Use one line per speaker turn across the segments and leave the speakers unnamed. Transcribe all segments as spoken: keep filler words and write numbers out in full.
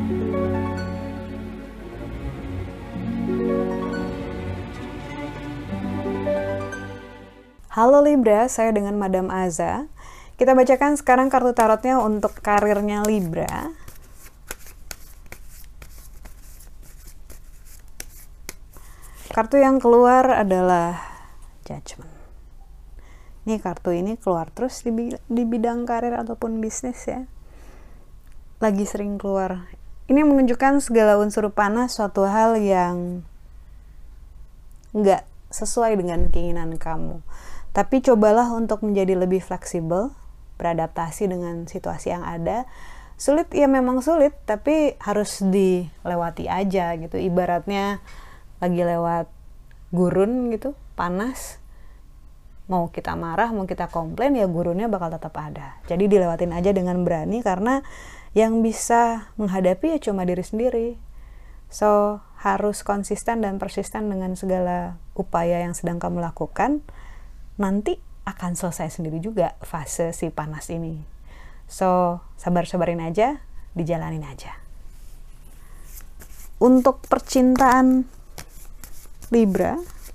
Halo Libra, saya dengan Madam Aza. Kita bacakan sekarang kartu tarotnya untuk karirnya Libra. Kartu yang keluar adalah Judgment. Ini kartu ini keluar terus di, di bidang karir ataupun bisnis ya. Lagi sering keluar. Ini menunjukkan segala unsur panas, suatu hal yang nggak sesuai dengan keinginan kamu. Tapi cobalah untuk menjadi lebih fleksibel, beradaptasi dengan situasi yang ada. Sulit ya memang sulit, tapi harus dilewati aja gitu. Ibaratnya lagi lewat gurun gitu, panas. Mau kita marah, mau kita komplain, ya gurunnya bakal tetap ada. Jadi dilewatin aja dengan berani, karena yang bisa menghadapi ya cuma diri sendiri. So, harus konsisten dan persisten dengan segala upaya yang sedang kamu lakukan. Nanti akan selesai sendiri juga fase si panas ini. So, sabar-sabarin aja, dijalanin aja. Untuk percintaan Libra,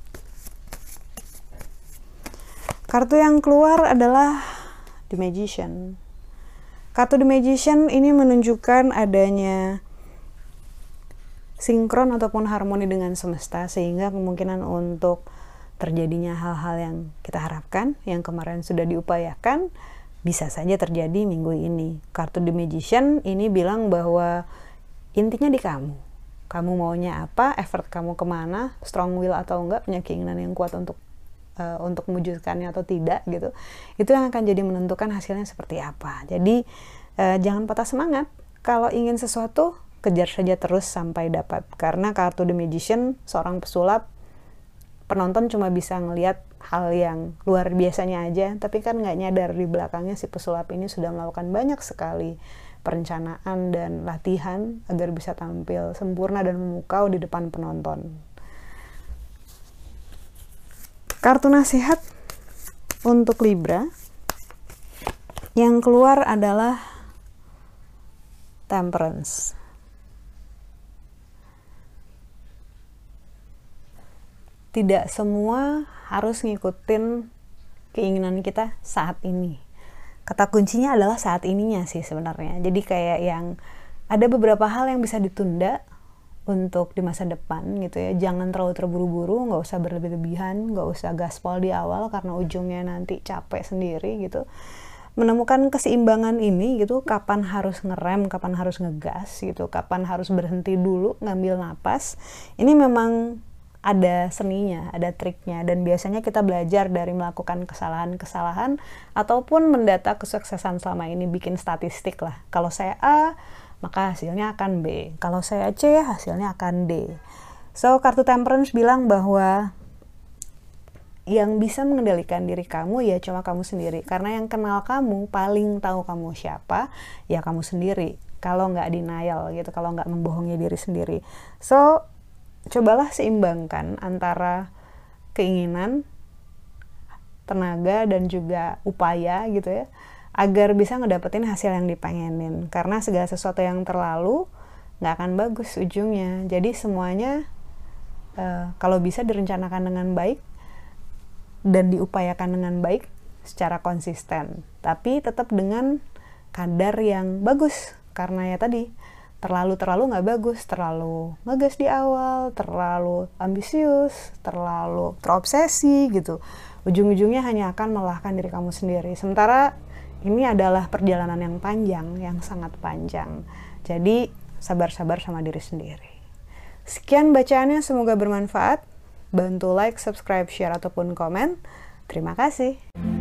kartu yang keluar adalah The Magician. Kartu The Magician ini menunjukkan adanya sinkron ataupun harmoni dengan semesta, sehingga kemungkinan untuk terjadinya hal-hal yang kita harapkan, yang kemarin sudah diupayakan, bisa saja terjadi minggu ini. Kartu The Magician ini bilang bahwa intinya di kamu. Kamu maunya apa, effort kamu kemana, strong will atau enggak, punya keinginan yang kuat untuk uh, untuk mewujudkannya atau tidak gitu. Itu yang akan jadi menentukan hasilnya seperti apa. Jadi uh, jangan patah semangat. Kalau ingin sesuatu, kejar saja terus sampai dapat. Karena kartu The Magician, seorang pesulap, penonton cuma bisa ngelihat hal yang luar biasanya aja, tapi kan nggak nyadar di belakangnya si pesulap ini sudah melakukan banyak sekali perencanaan dan latihan agar bisa tampil sempurna dan memukau di depan penonton. Kartu nasihat untuk Libra yang keluar adalah Temperance. Tidak semua harus ngikutin keinginan kita saat ini. Kata kuncinya adalah saat ininya sih sebenarnya. Jadi kayak yang ada beberapa hal yang bisa ditunda untuk di masa depan gitu ya. Jangan terlalu terburu-buru, nggak usah berlebih-lebihan, nggak usah gaspol di awal karena ujungnya nanti capek sendiri gitu. Menemukan keseimbangan ini gitu, kapan harus ngerem, kapan harus ngegas gitu, kapan harus berhenti dulu, ngambil napas. Ini memang ada seninya, ada triknya, dan biasanya kita belajar dari melakukan kesalahan-kesalahan ataupun mendata kesuksesan selama ini, bikin statistik lah. Kalau saya A, maka hasilnya akan B. Kalau saya C, hasilnya akan D. So, kartu Temperance bilang bahwa yang bisa mengendalikan diri kamu ya cuma kamu sendiri. Karena yang kenal kamu, paling tahu kamu siapa, ya kamu sendiri. Kalau nggak denial gitu, kalau nggak membohongi diri sendiri. So, cobalah seimbangkan antara keinginan, tenaga, dan juga upaya gitu ya, agar bisa ngedapetin hasil yang dipengenin. Karena segala sesuatu yang terlalu nggak akan bagus ujungnya. Jadi semuanya uh, kalau bisa direncanakan dengan baik dan diupayakan dengan baik secara konsisten, tapi tetap dengan kadar yang bagus. Karena ya tadi, terlalu-terlalu nggak bagus, terlalu ngegas di awal, terlalu ambisius, terlalu terobsesi gitu. Ujung-ujungnya hanya akan melelahkan diri kamu sendiri. Sementara ini adalah perjalanan yang panjang, yang sangat panjang. Jadi sabar-sabar sama diri sendiri. Sekian bacaannya, semoga bermanfaat. Bantu like, subscribe, share, ataupun komen. Terima kasih.